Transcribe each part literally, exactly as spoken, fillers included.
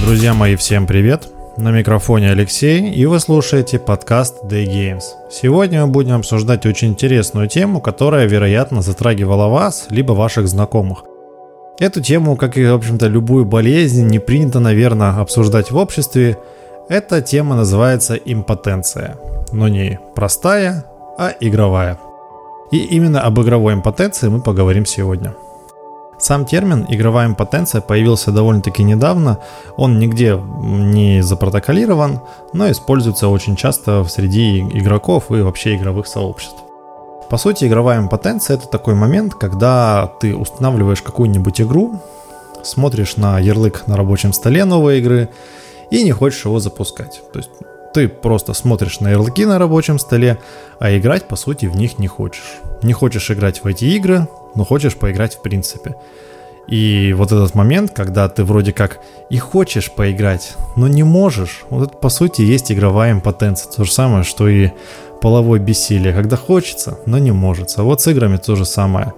Друзья мои, всем привет! На микрофоне Алексей, и вы слушаете подкаст Day Games. Сегодня мы будем обсуждать очень интересную тему, которая, вероятно, затрагивала вас, либо ваших знакомых. Эту тему, как и, в общем-то, любую болезнь, не принято, наверное, обсуждать в обществе. Эта тема называется импотенция, но не простая, а игровая. И именно об игровой импотенции мы поговорим сегодня. Сам термин «игровая импотенция» появился довольно-таки недавно, он нигде не запротоколирован, но используется очень часто среди игроков и вообще игровых сообществ. По сути, игровая импотенция – это такой момент, когда ты устанавливаешь какую-нибудь игру, смотришь на ярлык на рабочем столе новой игры и не хочешь его запускать. То есть ты просто смотришь на ярлыки на рабочем столе, а играть, по сути, в них не хочешь. Не хочешь играть в эти игры, но хочешь поиграть в принципе. И вот этот момент, когда ты вроде как и хочешь поиграть, но не можешь, вот это, по сути, есть игровая импотенция. То же самое, что и половое бессилие, когда хочется, но не может. А вот с играми то же самое.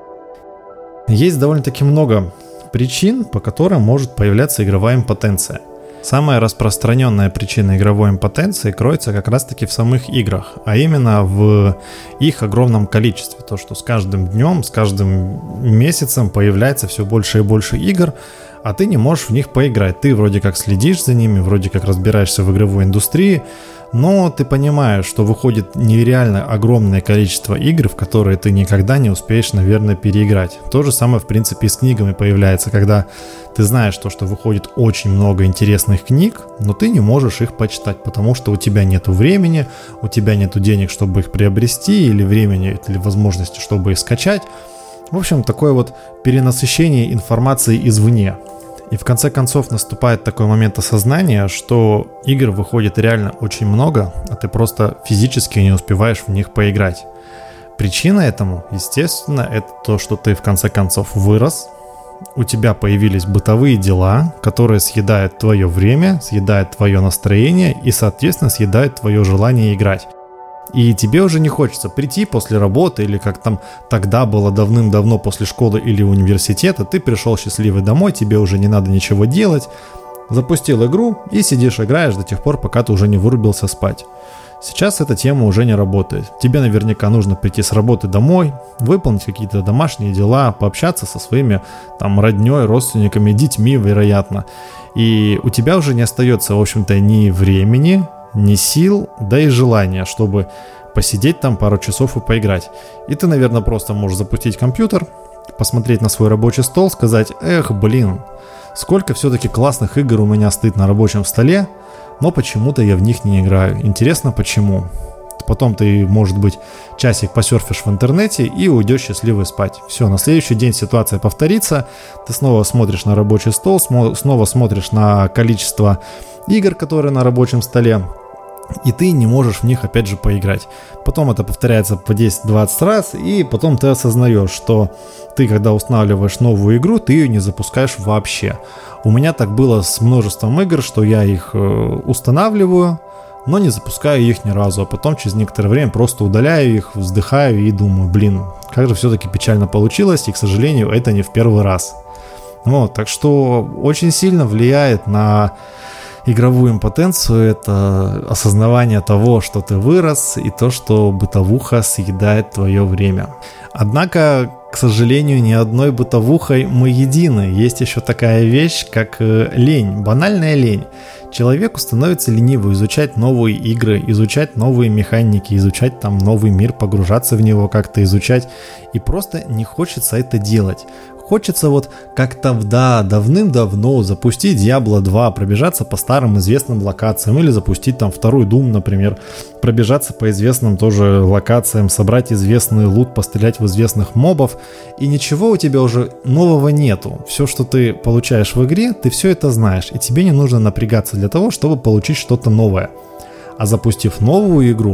Есть довольно-таки много причин, по которым может появляться игровая импотенция. Самая распространенная причина игровой импотенции кроется как раз-таки в самых играх, а именно в их огромном количестве. То, что с каждым днем, с каждым месяцем появляется все больше и больше игр, а ты не можешь в них поиграть. Ты вроде как следишь за ними, вроде как разбираешься в игровой индустрии, но ты понимаешь, что выходит нереально огромное количество игр, в которые ты никогда не успеешь, наверное, переиграть. То же самое, в принципе, и с книгами появляется, когда ты знаешь то, что выходит очень много интересных книг, но ты не можешь их почитать, потому что у тебя нету времени, у тебя нету денег, чтобы их приобрести, или времени, или возможности, чтобы их скачать. В общем, такое вот перенасыщение информации извне. И в конце концов наступает такой момент осознания, что игр выходит реально очень много, а ты просто физически не успеваешь в них поиграть. Причина этому, естественно, это то, что ты в конце концов вырос, у тебя появились бытовые дела, которые съедают твое время, съедают твое настроение и, соответственно, съедают твое желание играть. И тебе уже не хочется прийти после работы или как там тогда было давным-давно после школы или университета, ты пришел счастливый домой, тебе уже не надо ничего делать, запустил игру и сидишь играешь до тех пор, пока ты уже не вырубился спать. Сейчас эта тема уже не работает. Тебе наверняка нужно прийти с работы домой, выполнить какие-то домашние дела, пообщаться со своими там роднёй, родственниками, детьми, вероятно. И у тебя уже не остается, в общем-то, ни времени, ни сил, да и желания, чтобы посидеть там пару часов и поиграть. И ты, наверное, просто можешь запустить компьютер, посмотреть на свой рабочий стол, сказать: эх, блин, сколько все-таки классных игр у меня стоит на рабочем столе, но почему-то я в них не играю. Интересно, почему? Потом ты, может быть, часик посерфишь в интернете и уйдешь счастливый спать. Все, на следующий день ситуация повторится, ты снова смотришь на рабочий стол, снова смотришь на количество игр, которые на рабочем столе, и ты не можешь в них опять же поиграть. Потом это повторяется по десять-двадцать раз, и потом ты осознаешь, что ты, когда устанавливаешь новую игру, ты ее не запускаешь вообще. У меня так было с множеством игр, что я их э, устанавливаю, но не запускаю их ни разу, а потом через некоторое время просто удаляю их, вздыхаю и думаю: блин, как же все-таки печально получилось, и, к сожалению, это не в первый раз. Вот, так что очень сильно влияет на игровую импотенцию это осознавание того, что ты вырос, и то, что бытовуха съедает твое время. Однако, к сожалению, ни одной бытовухой мы едины. Есть еще такая вещь, как лень, банальная лень. Человеку становится лениво изучать новые игры, изучать новые механики, изучать там новый мир, погружаться в него, как-то изучать. И просто не хочется это делать. Хочется вот как-то да, давным-давно запустить Diablo два, пробежаться по старым известным локациям, или запустить там второй Doom, например, пробежаться по известным тоже локациям, собрать известный лут, пострелять в известных мобов, и ничего у тебя уже нового нету. Все, что ты получаешь в игре, ты все это знаешь, и тебе не нужно напрягаться для того, чтобы получить что-то новое. А запустив новую игру,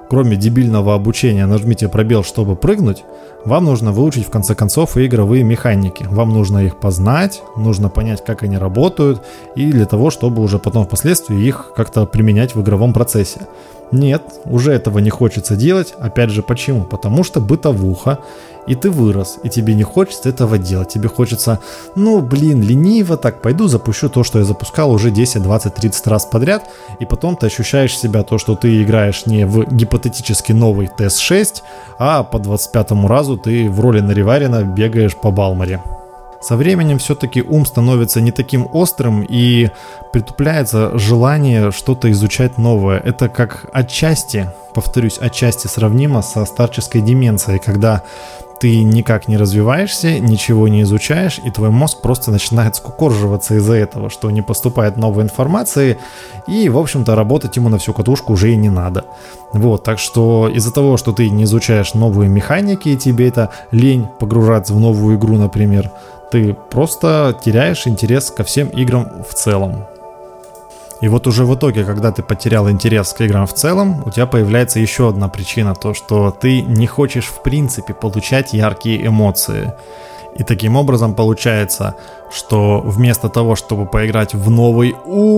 кроме дебильного обучения нажмите пробел, чтобы прыгнуть, вам нужно выучить в конце концов и игровые механики. Вам нужно их познать, нужно понять, как они работают, и для того, чтобы уже потом впоследствии их как-то применять в игровом процессе. Нет, уже этого не хочется делать. Опять же, почему? Потому что бытовуха, и ты вырос, и тебе не хочется этого делать. Тебе хочется, ну блин, лениво так, пойду запущу то, что я запускал уже десять, двадцать, тридцать раз подряд, и потом ты ощущаешь себя то, что ты играешь не в гипотетически новый Т С шесть, а по двадцать пятому разу ты в роли Нариварина бегаешь по Балмаре. Со временем все-таки ум становится не таким острым и притупляется желание что-то изучать новое. Это как отчасти, повторюсь, отчасти сравнимо со старческой деменцией, когда ты никак не развиваешься, ничего не изучаешь, и твой мозг просто начинает скукоживаться из-за этого, что не поступает новой информации, и, в общем-то, работать ему на всю катушку уже и не надо. Вот, так что из-за того, что ты не изучаешь новые механики, и тебе это лень погружаться в новую игру, например, ты просто теряешь интерес ко всем играм в целом. И вот уже в итоге, когда ты потерял интерес к играм в целом, у тебя появляется еще одна причина, то что ты не хочешь в принципе получать яркие эмоции. И таким образом получается, что вместо того, чтобы поиграть в новый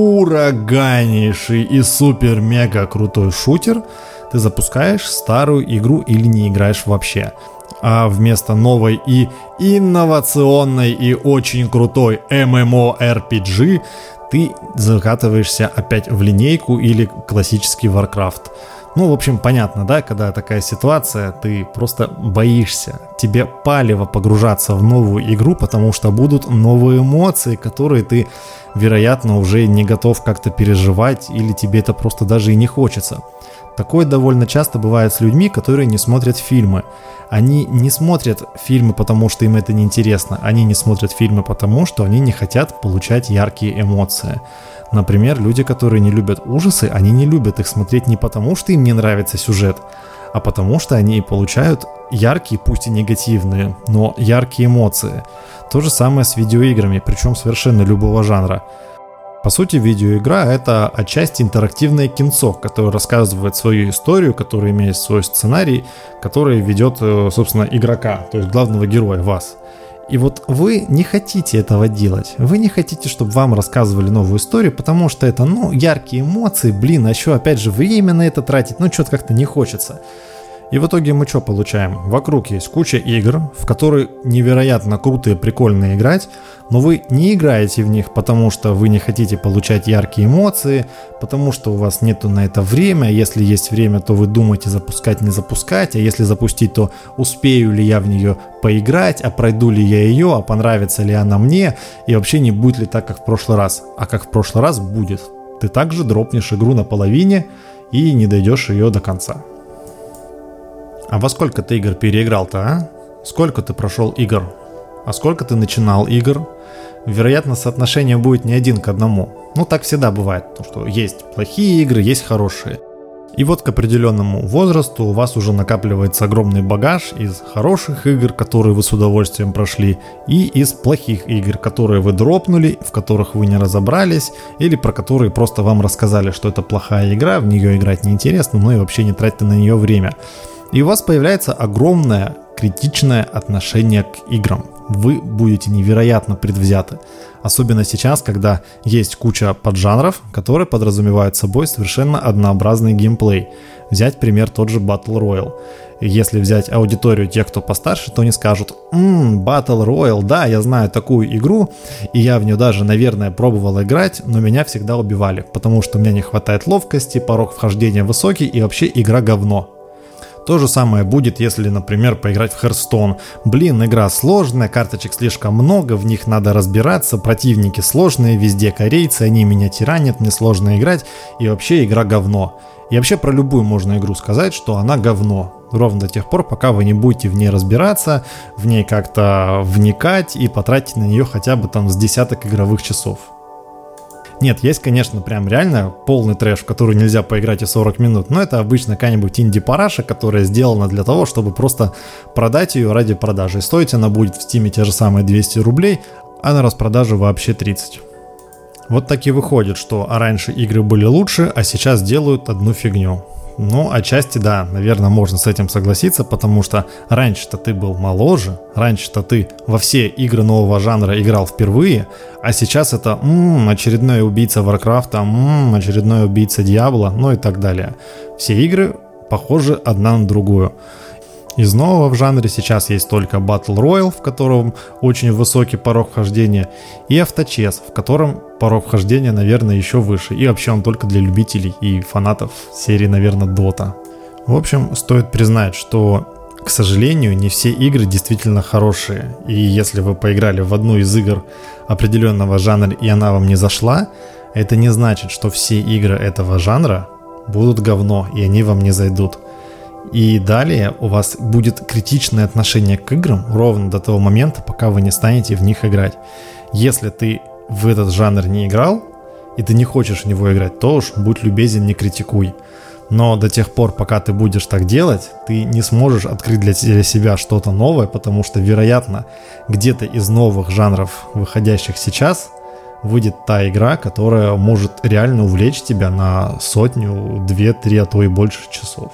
ураганнейший и супер-мега крутой шутер, ты запускаешь старую игру или не играешь вообще. А вместо новой и инновационной и очень крутой эм эм о эр пи джи ты закатываешься опять в линейку или классический Warcraft. Ну, в общем, понятно, да, когда такая ситуация, ты просто боишься. Тебе палево погружаться в новую игру, потому что будут новые эмоции, которые ты, вероятно, уже не готов как-то переживать, или тебе это просто даже и не хочется. Такое довольно часто бывает с людьми, которые не смотрят фильмы. Они не смотрят фильмы, потому что им это неинтересно. Они не смотрят фильмы, потому что они не хотят получать яркие эмоции. Например, люди, которые не любят ужасы, они не любят их смотреть не потому, что им не нравится сюжет, а потому что они получают яркие, пусть и негативные, но яркие эмоции. То же самое с видеоиграми, причем совершенно любого жанра. По сути, видеоигра — это отчасти интерактивное кинцо, которое рассказывает свою историю, которое имеет свой сценарий, который ведет, собственно, игрока, то есть главного героя, вас. И вот вы не хотите этого делать. Вы не хотите, чтобы вам рассказывали новую историю, потому что это, ну, яркие эмоции, блин, а еще, опять же, время на это тратить, ну, что-то как-то не хочется. И в итоге мы что получаем? Вокруг есть куча игр, в которые невероятно круто и прикольно играть, но вы не играете в них, потому что вы не хотите получать яркие эмоции, потому что у вас нету на это время. Если есть время, то вы думаете запускать, не запускать, а если запустить, то успею ли я в нее поиграть, а пройду ли я ее, а понравится ли она мне, и вообще не будет ли так, как в прошлый раз. А как в прошлый раз будет. Ты также дропнешь игру на половине и не дойдешь ее до конца. А во сколько ты игр переиграл-то, а? Сколько ты прошел игр? А сколько ты начинал игр? Вероятно, соотношение будет не один к одному. Ну, так всегда бывает, потому что есть плохие игры, есть хорошие. И вот к определенному возрасту у вас уже накапливается огромный багаж из хороших игр, которые вы с удовольствием прошли, и из плохих игр, которые вы дропнули, в которых вы не разобрались, или про которые просто вам рассказали, что это плохая игра, в нее играть неинтересно, ну и вообще не тратьте на нее время. И у вас появляется огромное критичное отношение к играм. Вы будете невероятно предвзяты. Особенно сейчас, когда есть куча поджанров, которые подразумевают собой совершенно однообразный геймплей. Взять пример тот же Battle Royale. Если взять аудиторию тех, кто постарше, то они скажут: «Ммм, Battle Royale, да, я знаю такую игру, и я в нее даже, наверное, пробовал играть, но меня всегда убивали, потому что у меня не хватает ловкости, порог вхождения высокий, и вообще игра говно». То же самое будет, если, например, поиграть в Hearthstone. Блин, игра сложная, карточек слишком много, в них надо разбираться, противники сложные, везде корейцы, они меня тиранят, мне сложно играть, и вообще игра говно. И вообще про любую можно игру сказать, что она говно. Ровно до тех пор, пока вы не будете в ней разбираться, в ней как-то вникать и потратить на нее хотя бы там с десяток игровых часов. Нет, есть, конечно, прям реально полный трэш, в который нельзя поиграть и сорок минут, но это обычно какая-нибудь инди-параша, которая сделана для того, чтобы просто продать ее ради продажи. И стоить она будет в Steam те же самые двести рублей, а на распродаже вообще тридцать. Вот так и выходит, что раньше игры были лучше, а сейчас делают одну фигню. Ну, отчасти да, наверное, можно с этим согласиться, потому что раньше-то ты был моложе, раньше-то ты во все игры нового жанра играл впервые, а сейчас это м-м, очередной убийца Варкрафта, м-м, очередной убийца Диабло, ну и так далее. Все игры похожи одна на другую. Из нового в жанре сейчас есть только Battle Royale, в котором очень высокий порог вхождения, и авточес, в котором порог вхождения, наверное, еще выше. И вообще он только для любителей и фанатов серии, наверное, Dota. В общем, стоит признать, что, к сожалению, не все игры действительно хорошие. И если вы поиграли в одну из игр определенного жанра и она вам не зашла, это не значит, что все игры этого жанра будут говно и они вам не зайдут. И далее у вас будет критичное отношение к играм ровно до того момента, пока вы не станете в них играть. Если ты в этот жанр не играл, и ты не хочешь в него играть, то уж будь любезен, не критикуй. Но до тех пор, пока ты будешь так делать, ты не сможешь открыть для себя что-то новое, потому что, вероятно, где-то из новых жанров, выходящих сейчас, выйдет та игра, которая может реально увлечь тебя на сотню, две, три, а то и больше часов.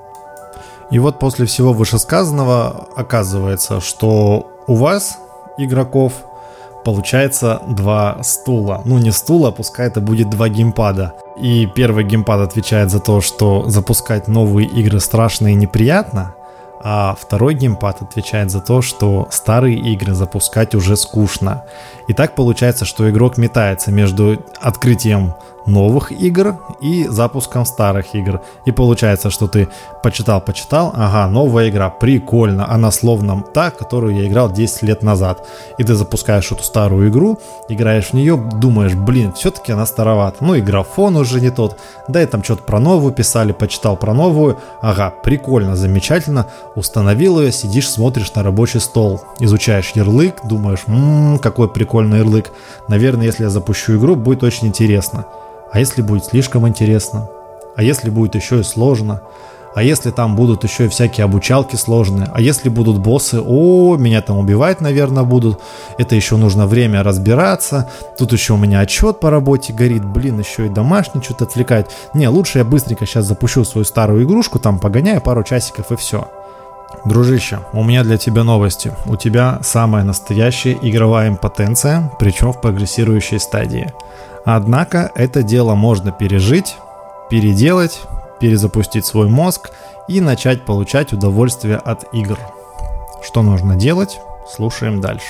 И вот после всего вышесказанного оказывается, что у вас, игроков, получается два стула. Ну не стула, пускай это будет два геймпада. И первый геймпад отвечает за то, что запускать новые игры страшно и неприятно, а второй геймпад отвечает за то, что старые игры запускать уже скучно. И так получается, что игрок метается между открытием новых игр и запуском старых игр. И получается, что ты почитал-почитал, ага, новая игра, прикольно, она словно та, которую я играл десять лет назад. И ты запускаешь эту старую игру, играешь в нее, думаешь, блин, все-таки она старовата. Ну и графон уже не тот, да и там что-то про новую писали, почитал про новую, ага, прикольно, замечательно, установил ее, сидишь, смотришь на рабочий стол, изучаешь ярлык, думаешь, ммм, какой прикольный ярлык, наверное, если я запущу игру, будет очень интересно. А если будет слишком интересно? А если будет еще и сложно? А если там будут еще и всякие обучалки сложные? А если будут боссы? О, меня там убивать, наверное, будут. Это еще нужно время разбираться. Тут еще у меня отчет по работе горит. Блин, еще и домашний что-то отвлекает. Не, лучше я быстренько сейчас запущу свою старую игрушку, там погоняю пару часиков и все. Дружище, у меня для тебя новости. У тебя самая настоящая игровая импотенция, причем в прогрессирующей стадии. Однако это дело можно пережить, переделать, перезапустить свой мозг и начать получать удовольствие от игр. Что нужно делать? Слушаем дальше.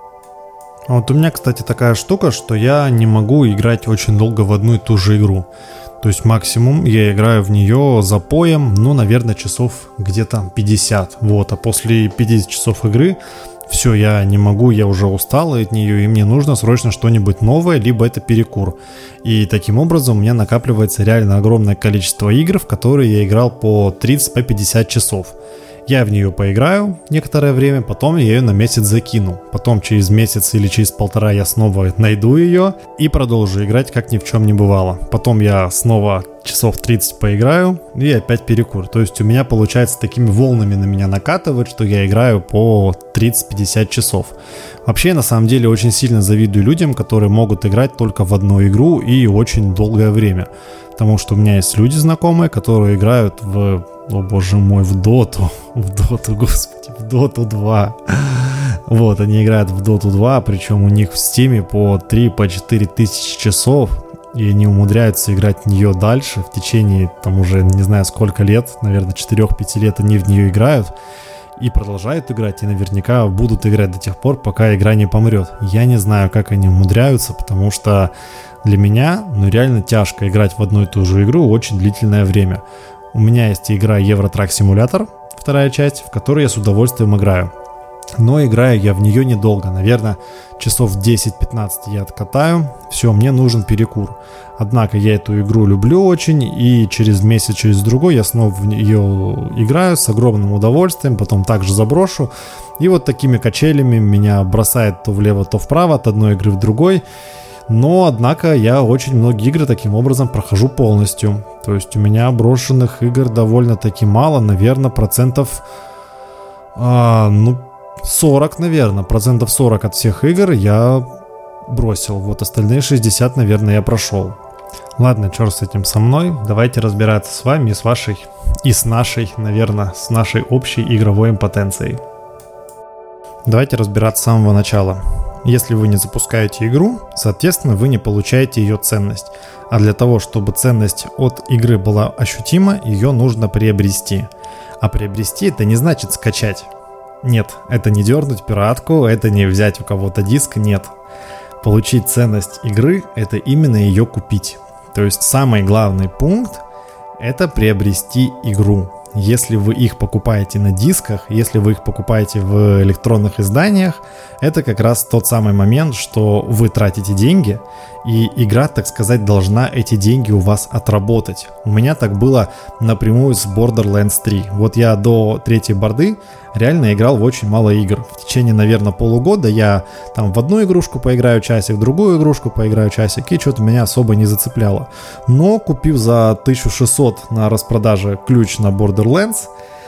Вот у меня, кстати, такая штука, что я не могу играть очень долго в одну и ту же игру. То есть максимум я играю в нее запоем, ну, наверное, часов где-то пятьдесят. Вот, а после пятидесяти часов игры все, я не могу, я уже устал от нее, и мне нужно срочно что-нибудь новое, либо это перекур. И таким образом у меня накапливается реально огромное количество игр, в которые я играл по тридцать-пятьдесят часов. Я в нее поиграю некоторое время, потом я ее на месяц закину. Потом через месяц или через полтора я снова найду ее и продолжу играть, как ни в чем не бывало. Потом я снова часов тридцать поиграю и опять перекур. То есть у меня получается такими волнами на меня накатывает, что я играю по тридцать-пятьдесят часов. Вообще, я на самом деле очень сильно завидую людям, которые могут играть только в одну игру и очень долгое время. Потому что у меня есть люди знакомые, которые играют в... О боже мой, в доту, в доту, господи, в доту два. Вот, они играют в доту два, причем у них в стиме по три-четыре тысячи часов, и они умудряются играть в нее дальше, в течение, там уже не знаю сколько лет, наверное, четыре-пять лет они в нее играют, и продолжают играть, и наверняка будут играть до тех пор, пока игра не помрет. Я не знаю, как они умудряются, потому что для меня, ну реально тяжко играть в одну и ту же игру очень длительное время. У меня есть игра Euro Truck Simulator, вторая часть, в которой я с удовольствием играю. Но играю я в нее недолго, наверное, часов десять-пятнадцать я откатаю, все, мне нужен перекур. Однако я эту игру люблю очень, и через месяц, через другой я снова в нее играю с огромным удовольствием, потом также заброшу. И вот такими качелями меня бросает то влево, то вправо, от одной игры в другой. Но, однако, я очень многие игры таким образом прохожу полностью. То есть у меня брошенных игр довольно-таки мало, наверное, процентов, а, ну, сорок, наверное, процентов сорок от всех игр я бросил. Вот остальные шестьдесят, наверное, я прошел. Ладно, черт с этим со мной. Давайте разбираться с вами и с вашей, и с нашей, наверное, с нашей общей игровой импотенцией. Давайте разбираться с самого начала. Если вы не запускаете игру, соответственно, вы не получаете ее ценность. А для того, чтобы ценность от игры была ощутима, ее нужно приобрести. А приобрести это не значит скачать. Нет, это не дернуть пиратку, это не взять у кого-то диск, нет. Получить ценность игры – это именно ее купить. То есть самый главный пункт – это приобрести игру. Если вы их покупаете на дисках, если вы их покупаете в электронных изданиях, это как раз тот самый момент, что вы тратите деньги, и игра, так сказать, должна эти деньги у вас отработать. У меня так было напрямую с Borderlands три. Вот я до третьей борды реально играл в очень мало игр. В течение, наверное, полугода я там в одну игрушку поиграю часик, в другую игрушку поиграю часик, и что-то меня особо не зацепляло. Но купив за тысячу шестьсот на распродаже ключ на Borderlands,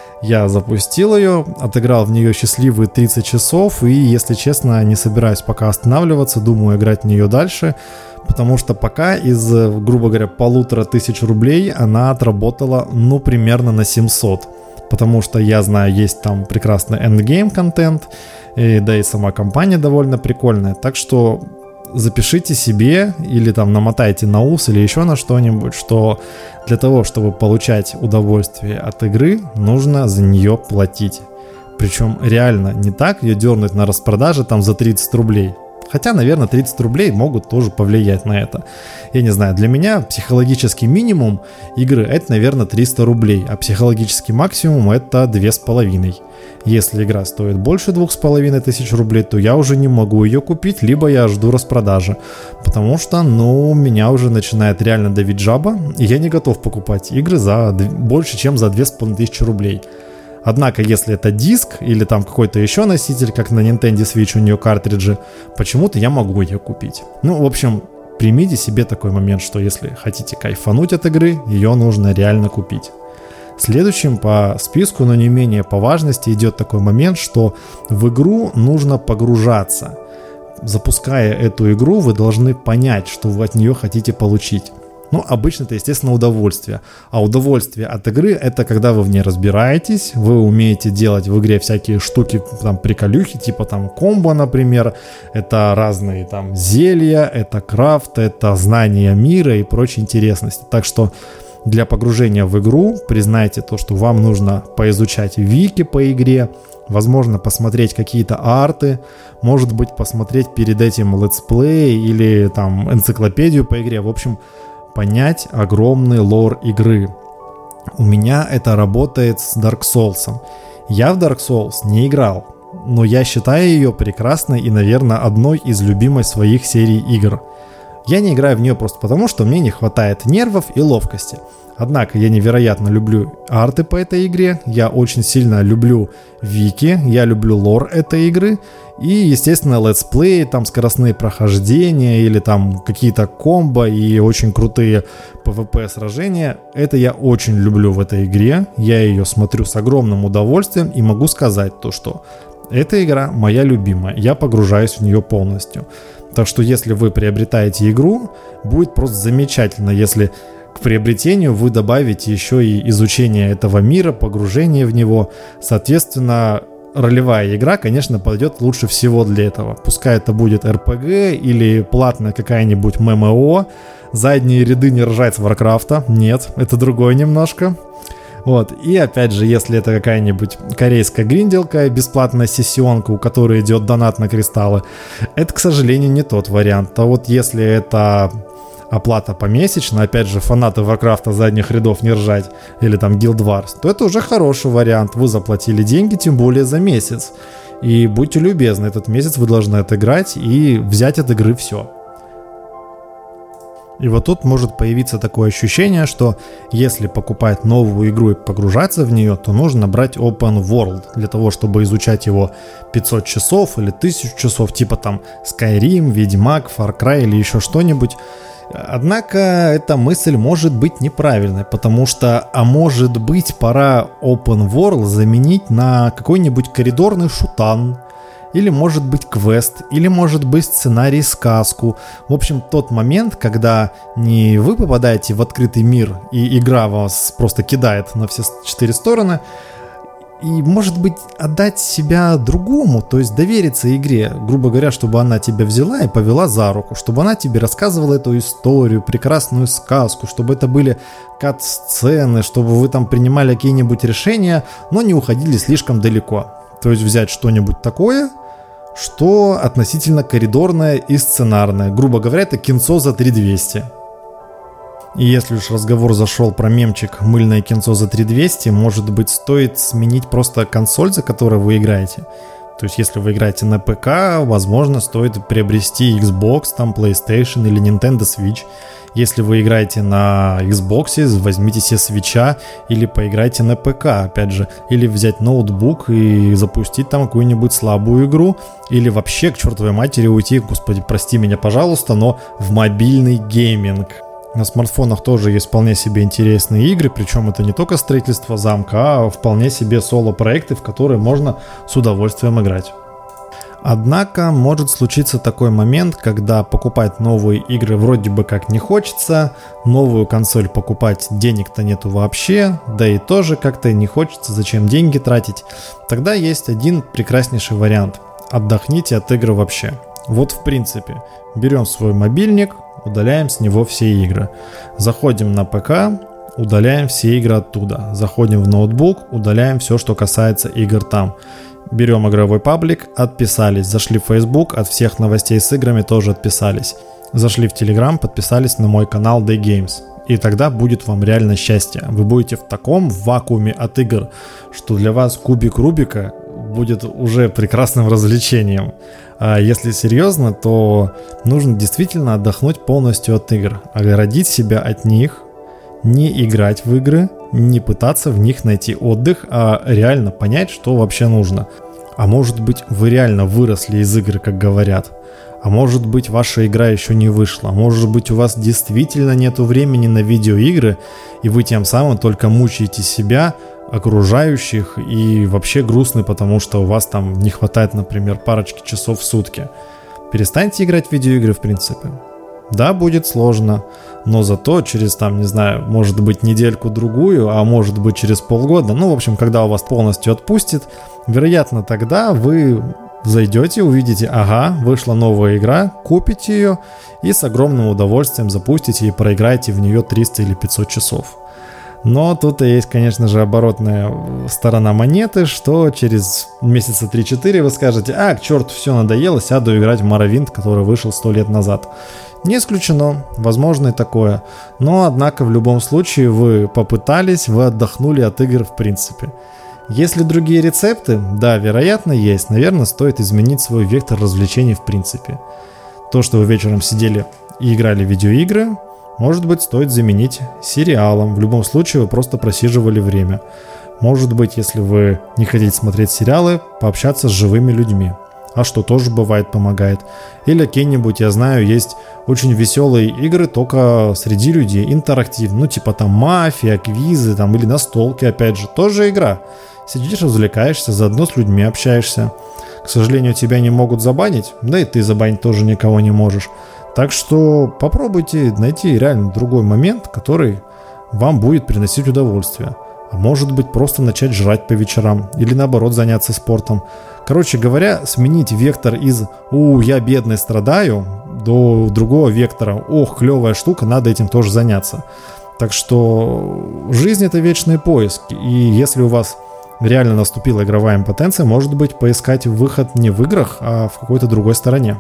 я запустил ее, отыграл в нее счастливые тридцать часов, и, если честно, не собираюсь пока останавливаться, думаю играть в нее дальше, потому что пока из, грубо говоря, полутора тысяч рублей она отработала, ну, примерно на семьсот. Потому что я знаю, есть там прекрасный эндгейм контент, и, да и сама компания довольно прикольная. Так что запишите себе или там намотайте на ус или еще на что-нибудь, что для того, чтобы получать удовольствие от игры, нужно за нее платить. Причем реально не так ее дернуть на распродаже там за тридцать рублей. Хотя, наверное, тридцать рублей могут тоже повлиять на это. Я не знаю, для меня психологический минимум игры это, наверное, триста рублей, а психологический максимум это две с половиной. Если игра стоит больше двух с половиной тысяч рублей, то я уже не могу ее купить, либо я жду распродажи. Потому что, ну, меня уже начинает реально давить жаба, и я не готов покупать игры за больше, чем за две с половиной тысячи рублей. Однако, если это диск или там какой-то еще носитель, как на Nintendo Switch у нее картриджи, почему-то я могу ее купить. Ну, в общем, примите себе такой момент, что если хотите кайфануть от игры, ее нужно реально купить. Следующим по списку, но не менее по важности, идет такой момент, что в игру нужно погружаться. Запуская эту игру, вы должны понять, что вы от нее хотите получить. Ну, обычно это, естественно, удовольствие. А удовольствие от игры – это когда вы в ней разбираетесь, вы умеете делать в игре всякие штуки, там, приколюхи, типа там комбо, например. Это разные там зелья, это крафт, это знание мира и прочие интересности. Так что для погружения в игру признайте то, что вам нужно поизучать вики по игре, возможно, посмотреть какие-то арты, может быть, посмотреть перед этим летсплей или там энциклопедию по игре. В общем, понять огромный лор игры. У меня это работает с Dark Souls. Я в Dark Souls не играл, но я считаю ее прекрасной и, наверное, одной из любимых своих серий игр. Я не играю в нее просто потому, что мне не хватает нервов и ловкости. Однако я невероятно люблю арты по этой игре, я очень сильно люблю вики, я люблю лор этой игры и, естественно, летсплеи, там скоростные прохождения или там какие-то комбо и очень крутые пи ви пи сражения. Это я очень люблю в этой игре, я ее смотрю с огромным удовольствием и могу сказать то, что эта игра моя любимая, я погружаюсь в нее полностью. Так что если вы приобретаете игру, будет просто замечательно, если к приобретению вы добавите еще и изучение этого мира, погружение в него. Соответственно, ролевая игра, конечно, подойдет лучше всего для этого. Пускай это будет эр пи джи или платная какая-нибудь эм эм о. Задние ряды не ржать с Варкрафта. Нет, это другое немножко. Вот. И опять же, если это какая-нибудь корейская гринделка, бесплатная сессионка, у которой идет донат на кристаллы, это, к сожалению, не тот вариант. А вот если это оплата помесячно, опять же, фанаты Варкрафта задних рядов не ржать, или там Guild Wars, то это уже хороший вариант. Вы заплатили деньги, тем более за месяц. И будьте любезны, этот месяц вы должны отыграть и взять от игры все. И вот тут может появиться такое ощущение, что если покупать новую игру и погружаться в нее, то нужно брать Open World для того, чтобы изучать его пятьсот часов или тысячу часов, типа там Skyrim, Ведьмак, Far Cry или еще что-нибудь. Однако эта мысль может быть неправильной, потому что, а может быть, пора Open World заменить на какой-нибудь коридорный шутан или может быть квест, или может быть сценарий, сказку. В общем, тот момент, когда не вы попадаете в открытый мир, и игра вас просто кидает на все четыре стороны, и, может быть, отдать себя другому, то есть довериться игре, грубо говоря, чтобы она тебя взяла и повела за руку, чтобы она тебе рассказывала эту историю, прекрасную сказку, чтобы это были кат-сцены, чтобы вы там принимали какие-нибудь решения, но не уходили слишком далеко. То есть взять что-нибудь такое, что относительно коридорное и сценарное. Грубо говоря, это кинцо за три тысячи двести. И если уж разговор зашел про мемчик «мыльное кинцо за три тысячи двести», может быть, стоит сменить просто консоль, за которой вы играете. То есть, если вы играете на ПК, возможно, стоит приобрести Xbox, там, PlayStation или Nintendo Switch. Если вы играете на Xbox, возьмите себе Switch'а или поиграйте на ПК, опять же. Или взять ноутбук и запустить там какую-нибудь слабую игру. Или вообще к чертовой матери уйти, господи, прости меня, пожалуйста, но в мобильный гейминг. На смартфонах тоже есть вполне себе интересные игры, причем это не только строительство замка, а вполне себе соло-проекты, в которые можно с удовольствием играть. Однако может случиться такой момент, когда покупать новые игры вроде бы как не хочется, новую консоль покупать денег-то нету вообще, да и тоже как-то не хочется, зачем деньги тратить. Тогда есть один прекраснейший вариант – отдохните от игр вообще. Вот в принципе, берем свой мобильник, удаляем с него все игры. Заходим на ПК, удаляем все игры оттуда. Заходим в ноутбук, удаляем все, что касается игр там. Берем игровой паблик, отписались. Зашли в Facebook, от всех новостей с играми тоже отписались. Зашли в Telegram, подписались на мой канал Day Games. И тогда будет вам реально счастье. Вы будете в таком вакууме от игр, что для вас кубик Рубика будет уже прекрасным развлечением. А если серьезно, то нужно действительно отдохнуть полностью от игр, оградить себя от них, не играть в игры, не пытаться в них найти отдых, а реально понять, что вообще нужно. А может быть, вы реально выросли из игры, как говорят. А может быть, ваша игра еще не вышла. А может быть, у вас действительно нету времени на видеоигры, и вы тем самым только мучаете себя, окружающих, и вообще грустны, потому что у вас там не хватает, например, парочки часов в сутки. Перестаньте играть в видеоигры, в принципе. Да, будет сложно, но зато через, там, не знаю, может быть, недельку-другую, а может быть, через полгода, ну, в общем, когда у вас полностью отпустит, вероятно, тогда вы зайдете, увидите, ага, вышла новая игра, купите ее и с огромным удовольствием запустите и проиграете в нее триста или пятьсот часов. Но тут и есть, конечно же, оборотная сторона монеты, что через месяца три-четыре вы скажете: а, к черту, все надоело, сяду играть в Morrowind, который вышел сто лет назад. Не исключено, возможно и такое. Но, однако, в любом случае вы попытались, вы отдохнули от игр в принципе. Если другие рецепты, да, вероятно, есть. Наверное, стоит изменить свой вектор развлечений в принципе. То, что вы вечером сидели и играли в видеоигры, может быть, стоит заменить сериалом. В любом случае, вы просто просиживали время. Может быть, если вы не хотите смотреть сериалы, пообщаться с живыми людьми. А что тоже бывает, помогает. Или какие-нибудь, я знаю, есть очень веселые игры только среди людей, интерактив. Ну, типа там мафия, квизы, там, или настолки, опять же. Тоже игра. Сидишь, развлекаешься, заодно с людьми общаешься. К сожалению, тебя не могут забанить, да и ты забанить тоже никого не можешь. Так что попробуйте найти реально другой момент, который вам будет приносить удовольствие. А может быть, просто начать жрать по вечерам или наоборот заняться спортом. Короче говоря, сменить вектор из «У, я бедный, страдаю» до другого вектора «Ох, клевая штука, надо этим тоже заняться». Так что жизнь — это вечные поиски. И если у вас реально наступила игровая импотенция, может быть, поискать выход не в играх, а в какой-то другой стороне.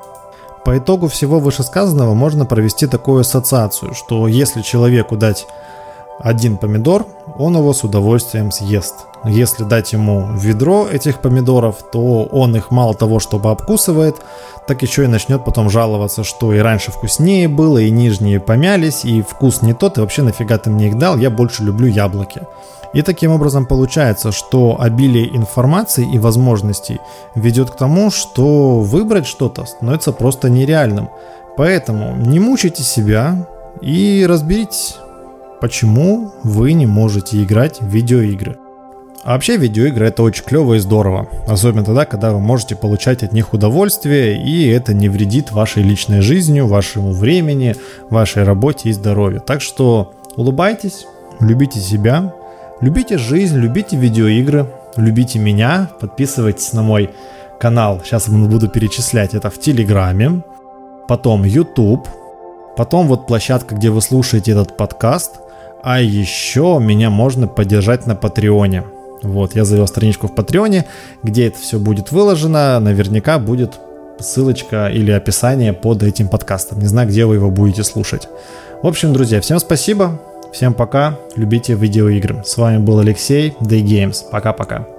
По итогу всего вышесказанного можно провести такую ассоциацию, что если человеку дать один помидор, он его с удовольствием съест. Если дать ему ведро этих помидоров, то он их мало того, чтобы обкусывает, так еще и начнет потом жаловаться, что и раньше вкуснее было, и нижние помялись, и вкус не тот, и вообще нафига ты мне их дал, я больше люблю яблоки. И таким образом получается, что обилие информации и возможностей ведет к тому, что выбрать что-то становится просто нереальным. Поэтому не мучайте себя и разберитесь, почему вы не можете играть в видеоигры. А вообще видеоигры это очень клево и здорово, особенно тогда, когда вы можете получать от них удовольствие, и это не вредит вашей личной жизни, вашему времени, вашей работе и здоровью. Так что улыбайтесь, любите себя, любите жизнь, любите видеоигры, любите меня, подписывайтесь на мой канал, сейчас я буду перечислять, это в Телеграме, потом YouTube, потом вот площадка, где вы слушаете этот подкаст, а еще меня можно поддержать на Патреоне. Вот, я завел страничку в Патреоне, где это все будет выложено, наверняка будет ссылочка или описание под этим подкастом, не знаю, где вы его будете слушать. В общем, друзья, всем спасибо, всем пока, любите видеоигры. С вами был Алексей, Day Games, пока-пока.